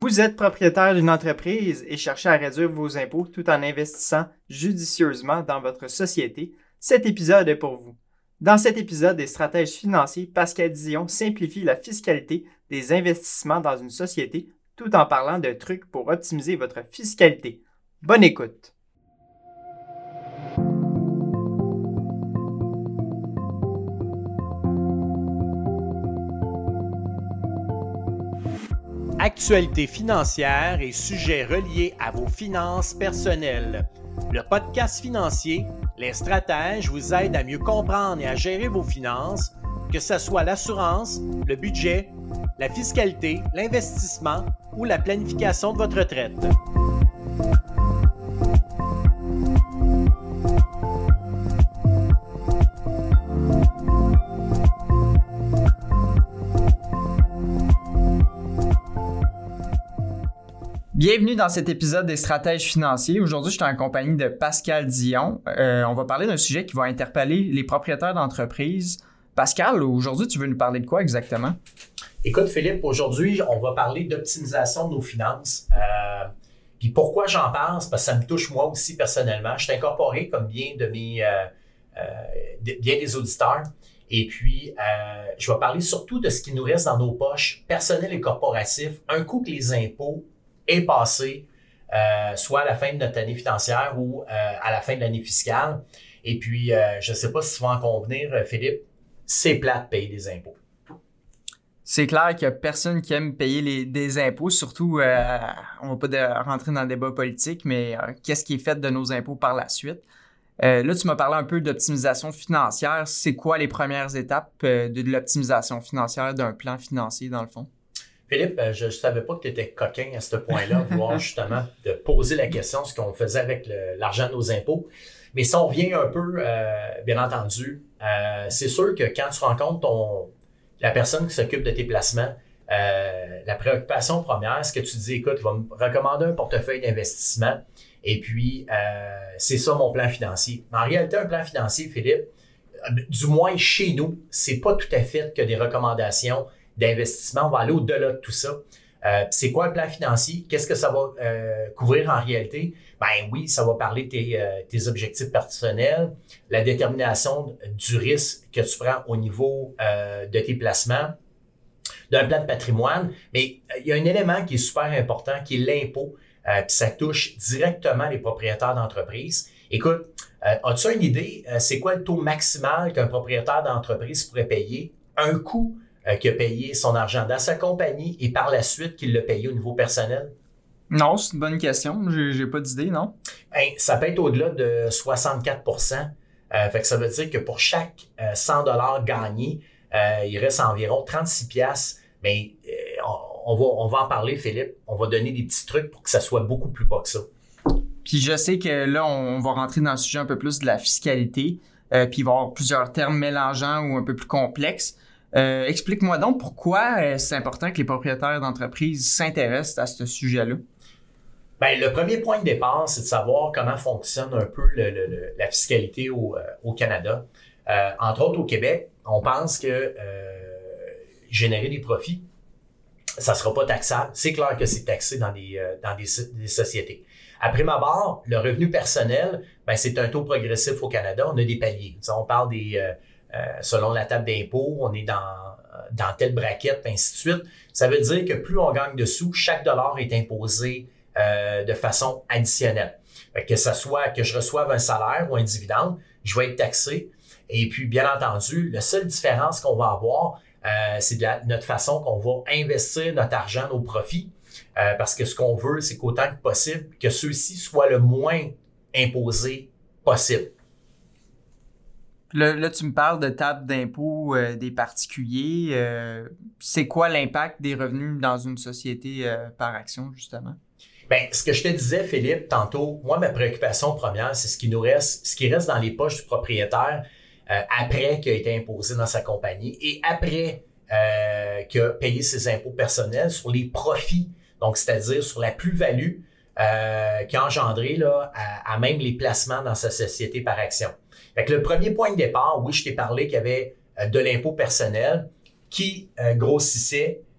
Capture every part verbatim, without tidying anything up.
Vous êtes propriétaire d'une entreprise et cherchez à réduire vos impôts tout en investissant judicieusement dans votre société. Cet épisode est pour vous. Dans cet épisode des stratèges financiers, Pascal Dion simplifie la fiscalité des investissements dans une société tout en parlant de trucs pour optimiser votre fiscalité. Bonne écoute! Actualité financière et sujets reliés à vos finances personnelles. Le podcast financier, Les Stratèges vous aide à mieux comprendre et à gérer vos finances, que ce soit l'assurance, le budget, la fiscalité, l'investissement ou la planification de votre retraite. Bienvenue dans cet épisode des stratèges financiers. Aujourd'hui, je suis en compagnie de Pascal Dion. Euh, on va parler d'un sujet qui va interpeller les propriétaires d'entreprises. Pascal, aujourd'hui, tu veux nous parler de quoi exactement? Écoute, Philippe, aujourd'hui, on va parler d'optimisation de nos finances. Euh, puis pourquoi j'en parle? C'est parce que ça me touche moi aussi personnellement. Je suis incorporé comme bien de mes euh, euh, de, bien des auditeurs. Et puis, euh, je vais parler surtout de ce qui nous reste dans nos poches personnelles et corporatifs, un coup que les impôts est passé, euh, soit à la fin de notre année financière ou euh, à la fin de l'année fiscale. Et puis, euh, je ne sais pas si tu vas en convenir, Philippe, c'est plate de payer des impôts. C'est clair qu'il n'y a personne qui aime payer les, des impôts, surtout, euh, on ne va pas de, rentrer dans le débat politique, mais euh, qu'est-ce qui est fait de nos impôts par la suite? Euh, là, tu m'as parlé un peu d'optimisation financière. C'est quoi les premières étapes euh, de, de l'optimisation financière d'un plan financier, dans le fond? Philippe, je ne savais pas que tu étais coquin à ce point-là, vouloir justement de poser la question, ce qu'on faisait avec le, l'argent de nos impôts. Mais si on revient un peu, euh, bien entendu, euh, c'est sûr que quand tu rencontres ton, la personne qui s'occupe de tes placements, euh, la préoccupation première, c'est que tu dis, écoute, je vais me recommander un portefeuille d'investissement et puis euh, c'est ça mon plan financier. Mais en réalité, un plan financier, Philippe, du moins chez nous, c'est pas tout à fait que des recommandations d'investissement. On va aller au-delà de tout ça. Euh, c'est quoi un plan financier? Qu'est-ce que ça va euh, couvrir en réalité? Ben oui, ça va parler de tes, euh, tes objectifs personnels, la détermination du risque que tu prends au niveau euh, de tes placements, d'un plan de patrimoine. Mais il y a un élément qui est super important, qui est l'impôt. Euh, puis ça touche directement les propriétaires d'entreprise. Écoute, euh, as-tu une idée? Euh, c'est quoi le taux maximal qu'un propriétaire d'entreprise pourrait payer? Un coût Euh, qui a payé son argent dans sa compagnie et par la suite qu'il l'a payé au niveau personnel? Non, c'est une bonne question. J'ai, j'ai pas d'idée, non? Ben, ça peut être au-delà de soixante-quatre pour cent. Euh, fait que ça veut dire que pour chaque euh, cent dollars gagnés, euh, il reste environ trente-six piastres. Mais euh, on, on, va, on va en parler, Philippe. On va donner des petits trucs pour que ça soit beaucoup plus bas que ça. Puis je sais que là, on va rentrer dans le sujet un peu plus de la fiscalité. Euh, puis il va y avoir plusieurs termes mélangeants ou un peu plus complexes. Euh, explique-moi donc pourquoi euh, c'est important que les propriétaires d'entreprises s'intéressent à ce sujet-là. Bien, le premier point de départ, c'est de savoir comment fonctionne un peu le, le, le, la fiscalité au, euh, au Canada. Euh, entre autres, au Québec, on pense que euh, générer des profits, ça ne sera pas taxable. C'est clair que c'est taxé dans des, euh, dans des, des sociétés. À prime abord, le revenu personnel, ben, c'est un taux progressif au Canada. On a des paliers. T'sais, on parle des... Euh, Euh, selon la table d'impôt, on est dans, dans telle braquette, ainsi de suite. Ça veut dire que plus on gagne de sous, chaque dollar est imposé euh, de façon additionnelle. Fait que ça soit que je reçoive un salaire ou un dividende, je vais être taxé. Et puis, bien entendu, la seule différence qu'on va avoir, euh, c'est de la, notre façon qu'on va investir notre argent, nos profits. Euh, parce que ce qu'on veut, c'est qu'autant que possible, que ceux-ci soient le moins imposés possible. Là, là, tu me parles de table d'impôt euh, des particuliers. Euh, c'est quoi l'impact des revenus dans une société euh, par action, justement? Bien, ce que je te disais, Philippe, tantôt, moi, ma préoccupation première, c'est ce qui nous reste, ce qui reste dans les poches du propriétaire euh, après qu'il a été imposé dans sa compagnie et après euh, qu'il a payé ses impôts personnels sur les profits, donc c'est-à-dire sur la plus-value euh, qui a engendré là, à, à même les placements dans sa société par action. Fait que le premier point de départ, oui, je t'ai parlé qu'il y avait euh, de l'impôt personnel qui euh, grossissait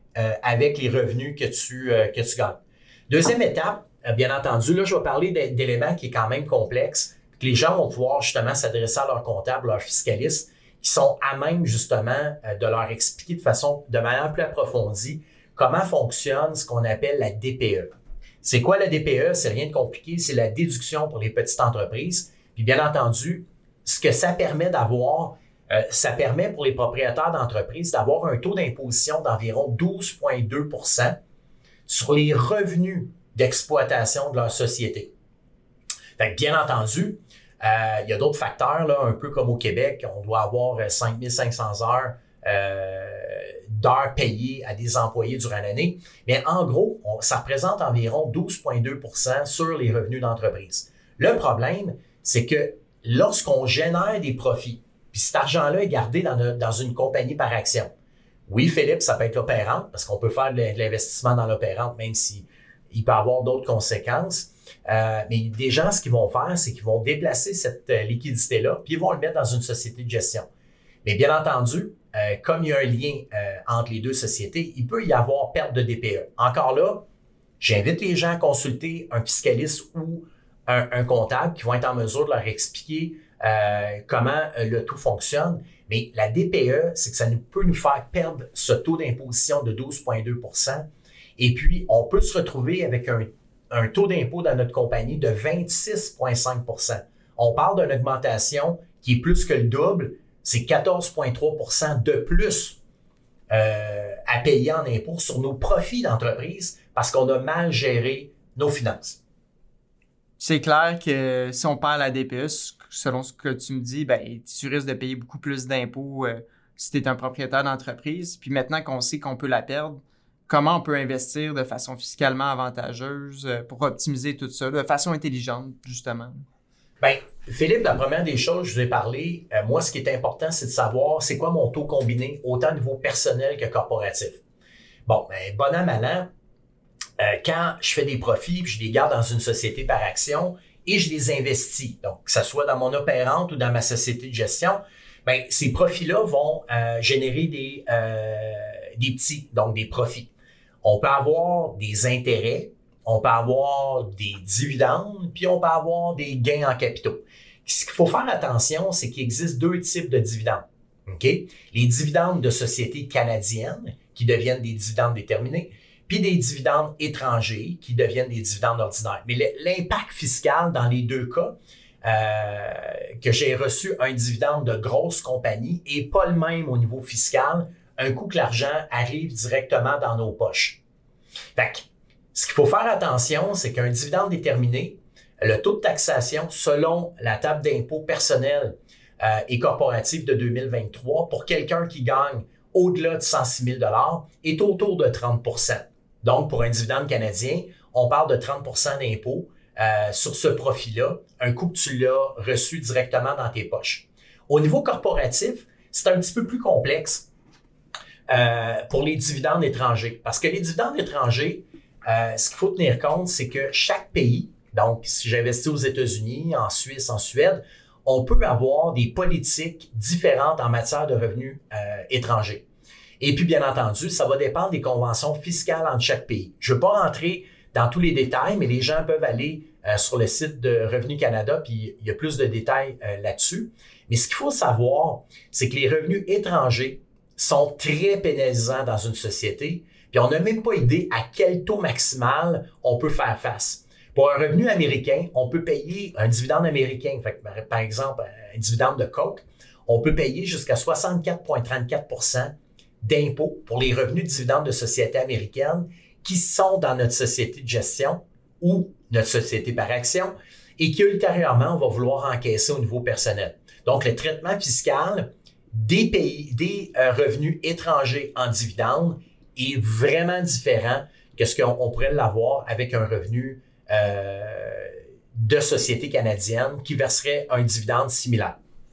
euh, avec les revenus que tu, euh, que tu gagnes. Deuxième étape, euh, bien entendu, là, je vais parler d'éléments qui est quand même complexe, que les gens vont pouvoir justement s'adresser à leur comptable, leur fiscaliste, qui sont à même justement euh, de leur expliquer de façon, de manière plus approfondie, comment fonctionne ce qu'on appelle la D P E. C'est quoi la D P E? C'est rien de compliqué, c'est la déduction pour les petites entreprises. Puis bien entendu, ce que ça permet d'avoir, euh, ça permet pour les propriétaires d'entreprises d'avoir un taux d'imposition d'environ douze virgule deux pour cent sur les revenus d'exploitation de leur société. Fait que bien entendu, euh, il y a d'autres facteurs, là, un peu comme au Québec, on doit avoir cinq mille cinq cents heures euh, d'heures payées à des employés durant l'année. Mais en gros, on, ça représente environ douze virgule deux pour cent sur les revenus d'entreprise. Le problème, c'est que lorsqu'on génère des profits, puis cet argent-là est gardé dans, notre, dans une compagnie par action. Oui, Philippe, ça peut être l'opérante, parce qu'on peut faire de l'investissement dans l'opérante, même si il peut avoir d'autres conséquences. Euh, mais des gens, ce qu'ils vont faire, c'est qu'ils vont déplacer cette euh, liquidité-là, puis ils vont le mettre dans une société de gestion. Mais bien entendu, euh, comme il y a un lien euh, entre les deux sociétés, il peut y avoir perte de D P E. Encore là, j'invite les gens à consulter un fiscaliste ou un, un comptable qui vont être en mesure de leur expliquer euh, comment euh, le tout fonctionne. Mais la D P E, c'est que ça nous, peut nous faire perdre ce taux d'imposition de douze virgule deux pour cent. Et puis, on peut se retrouver avec un, un taux d'impôt dans notre compagnie de vingt-six virgule cinq pour cent. On parle d'une augmentation qui est plus que le double, c'est quatorze virgule trois pour cent de plus euh, à payer en impôts sur nos profits d'entreprise parce qu'on a mal géré nos finances. C'est clair que si on perd la D P E, selon ce que tu me dis, ben, tu risques de payer beaucoup plus d'impôts euh, si tu es un propriétaire d'entreprise. Puis maintenant qu'on sait qu'on peut la perdre, comment on peut investir de façon fiscalement avantageuse euh, pour optimiser tout ça, de façon intelligente, justement? Bien, Philippe, la première des choses, je vous ai parlé, euh, moi, ce qui est important, c'est de savoir c'est quoi mon taux combiné, autant au niveau personnel que corporatif. Bon, ben, bon an, mal an, euh, quand je fais des profits, puis je les garde dans une société par action et je les investis, donc que ce soit dans mon opérante ou dans ma société de gestion, bien, ces profits-là vont euh, générer des, euh, des petits, donc des profits. On peut avoir des intérêts, on peut avoir des dividendes, puis on peut avoir des gains en capitaux. Ce qu'il faut faire attention, c'est qu'il existe deux types de dividendes. Okay? Les dividendes de sociétés canadiennes, qui deviennent des dividendes déterminés, puis des dividendes étrangers, qui deviennent des dividendes ordinaires. Mais l'impact fiscal dans les deux cas, euh, que j'ai reçu un dividende de grosse compagnie, n'est pas le même au niveau fiscal, un coup que l'argent arrive directement dans nos poches. Fait que, ce qu'il faut faire attention, c'est qu'un dividende déterminé, le taux de taxation selon la table d'impôt personnelle euh, et corporative de deux mille vingt-trois pour quelqu'un qui gagne au-delà de cent six mille dollars est autour de trente pour cent. Donc, pour un dividende canadien, on parle de trente pour cent d'impôt euh, sur ce profit-là, un coup que tu l'as reçu directement dans tes poches. Au niveau corporatif, c'est un petit peu plus complexe euh, pour les dividendes étrangers. Parce que les dividendes étrangers, Euh, ce qu'il faut tenir compte, c'est que chaque pays, donc si j'investis aux États-Unis, en Suisse, en Suède, on peut avoir des politiques différentes en matière de revenus euh, étrangers. Et puis, bien entendu, ça va dépendre des conventions fiscales entre chaque pays. Je ne veux pas rentrer dans tous les détails, mais les gens peuvent aller euh, sur le site de Revenu Canada, puis il y a plus de détails euh, là-dessus. Mais ce qu'il faut savoir, c'est que les revenus étrangers sont très pénalisants dans une société. Puis on n'a même pas idée à quel taux maximal on peut faire face. Pour un revenu américain, on peut payer un dividende américain, fait que, par exemple un dividende de Coke, on peut payer jusqu'à soixante-quatre virgule trente-quatre pour cent d'impôts pour les revenus de dividendes de sociétés américaines qui sont dans notre société de gestion ou notre société par action et qui ultérieurement, on va vouloir encaisser au niveau personnel. Donc, le traitement fiscal des pays, des euh, revenus étrangers en dividendes est vraiment différent que ce qu'on on pourrait l'avoir avec un revenu euh, de société canadienne qui verserait un dividende similaire.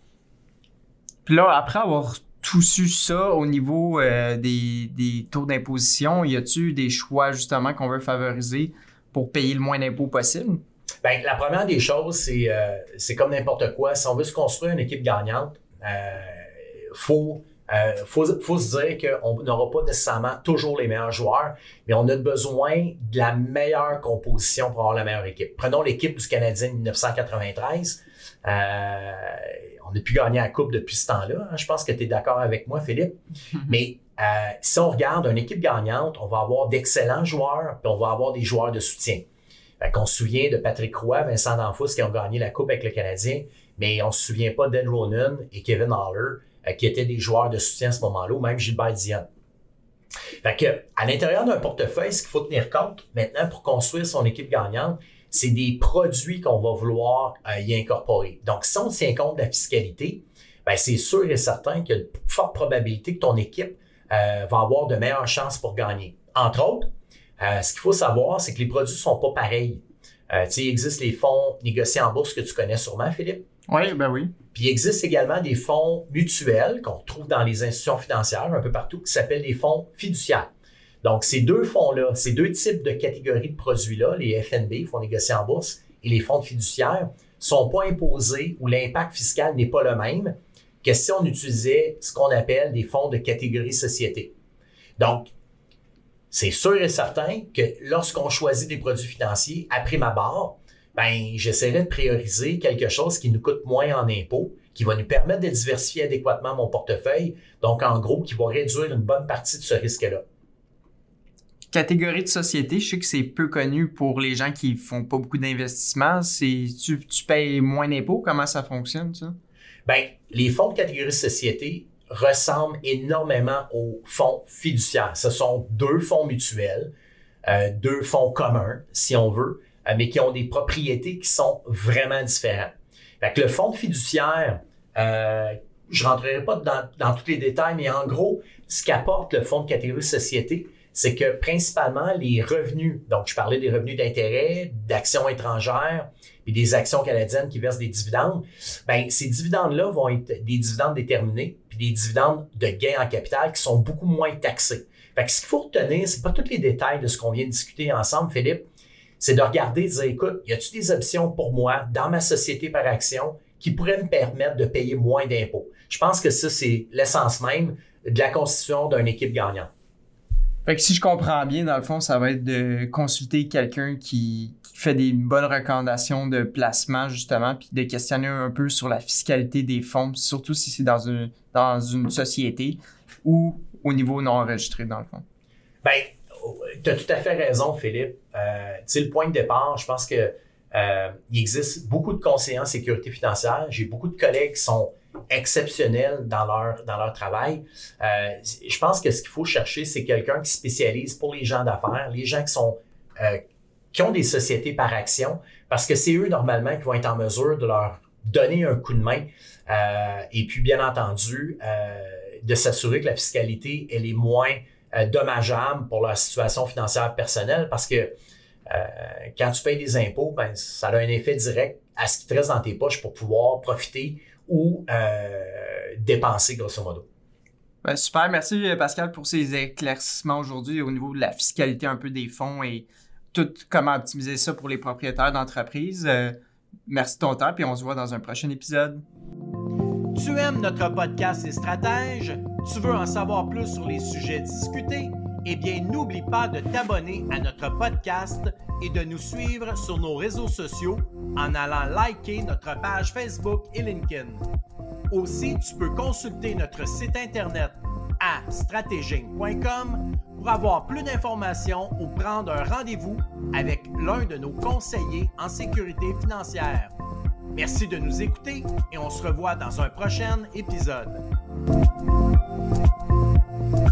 Puis là, après avoir tout su ça au niveau euh, des, des taux d'imposition, y a-t-il des choix justement qu'on veut favoriser pour payer le moins d'impôts possible? Bien, la première des choses, c'est, euh, c'est comme n'importe quoi. Si on veut se construire une équipe gagnante, il euh, faut Il euh, faut, faut se dire qu'on n'aura pas nécessairement toujours les meilleurs joueurs, mais on a besoin de la meilleure composition pour avoir la meilleure équipe. Prenons l'équipe du Canadien de dix-neuf cent quatre-vingt-treize. Euh, on n'a plus gagné la Coupe depuis ce temps-là. Hein. Je pense que tu es d'accord avec moi, Philippe. Mais euh, si on regarde une équipe gagnante, on va avoir d'excellents joueurs, puis on va avoir des joueurs de soutien. Fait qu'on se souvient de Patrick Roy, Vincent D'Anfos qui ont gagné la Coupe avec le Canadien, mais on ne se souvient pas d'Ed Ronan et Kevin Haller, euh, qui étaient des joueurs de soutien à ce moment-là, ou même Gilbert Dion. Fait que, à l'intérieur d'un portefeuille, ce qu'il faut tenir compte maintenant pour construire son équipe gagnante, c'est des produits qu'on va vouloir euh, y incorporer. Donc, si on tient compte de la fiscalité, ben, c'est sûr et certain qu'il y a de fortes probabilités que ton équipe euh, va avoir de meilleures chances pour gagner. Entre autres, euh, ce qu'il faut savoir, c'est que les produits ne sont pas pareils. Euh, tu sais, il existe les fonds négociés en bourse que tu connais sûrement, Philippe. Oui, ben oui. Puis il existe également des fonds mutuels qu'on retrouve dans les institutions financières un peu partout qui s'appellent des fonds fiduciaires. Donc, ces deux fonds-là, ces deux types de catégories de produits-là, les F N B, fonds négociés en bourse, et les fonds de fiduciaires, ne sont pas imposés ou l'impact fiscal n'est pas le même que si on utilisait ce qu'on appelle des fonds de catégorie société. Donc, c'est sûr et certain que lorsqu'on choisit des produits financiers à prime abord, ben, j'essaierai de prioriser quelque chose qui nous coûte moins en impôts, qui va nous permettre de diversifier adéquatement mon portefeuille, donc en gros, qui va réduire une bonne partie de ce risque-là. Catégorie de société, je sais que c'est peu connu pour les gens qui font pas beaucoup d'investissements. C'est, tu, tu payes moins d'impôts? Comment ça fonctionne, ça? Bien, les fonds de catégorie de société ressemblent énormément aux fonds fiduciaires. Ce sont deux fonds mutuels, euh, deux fonds communs, si on veut, euh, mais qui ont des propriétés qui sont vraiment différentes. Fait que le fonds fiduciaire, euh, je ne rentrerai pas dans, dans tous les détails, mais en gros, ce qu'apporte le fonds de catégorie de société, c'est que principalement les revenus, donc je parlais des revenus d'intérêt, d'actions étrangères et des actions canadiennes qui versent des dividendes, bien, ces dividendes-là vont être des dividendes déterminés puis des dividendes de gains en capital qui sont beaucoup moins taxés. Fait que ce qu'il faut retenir, c'est pas tous les détails de ce qu'on vient de discuter ensemble, Philippe, c'est de regarder et de dire, écoute, y a-t-il des options pour moi dans ma société par action qui pourraient me permettre de payer moins d'impôts? Je pense que ça, c'est l'essence même de la constitution d'une équipe gagnante. Fait que si je comprends bien, dans le fond, ça va être de consulter quelqu'un qui, qui fait des bonnes recommandations de placement, justement, puis de questionner un peu sur la fiscalité des fonds, surtout si c'est dans une, dans une société ou au niveau non enregistré, dans le fond. Bien, tu as tout à fait raison, Philippe. Euh, tu sais, le point de départ, je pense que euh, il existe beaucoup de conseillers en sécurité financière. J'ai beaucoup de collègues qui sont exceptionnels dans leur, dans leur travail. Euh, je pense que ce qu'il faut chercher, c'est quelqu'un qui spécialise pour les gens d'affaires, les gens qui sont euh, qui ont des sociétés par action, parce que c'est eux, normalement, qui vont être en mesure de leur donner un coup de main euh, et puis, bien entendu, euh, de s'assurer que la fiscalité, elle est moins euh, dommageable pour leur situation financière personnelle, parce que euh, quand tu payes des impôts, ben, ça a un effet direct à ce qui te reste dans tes poches pour pouvoir profiter ou euh, dépenser, grosso modo. Ben, super. Merci, Pascal, pour ces éclaircissements aujourd'hui au niveau de la fiscalité un peu des fonds et tout comment optimiser ça pour les propriétaires d'entreprises. Euh, merci de ton temps, puis on se voit dans un prochain épisode. Tu aimes notre podcast et stratèges? Tu veux en savoir plus sur les sujets discutés? Eh bien, n'oublie pas de t'abonner à notre podcast et de nous suivre sur nos réseaux sociaux en allant liker notre page Facebook et LinkedIn. Aussi, tu peux consulter notre site internet à stratéging point com pour avoir plus d'informations ou prendre un rendez-vous avec l'un de nos conseillers en sécurité financière. Merci de nous écouter et on se revoit dans un prochain épisode.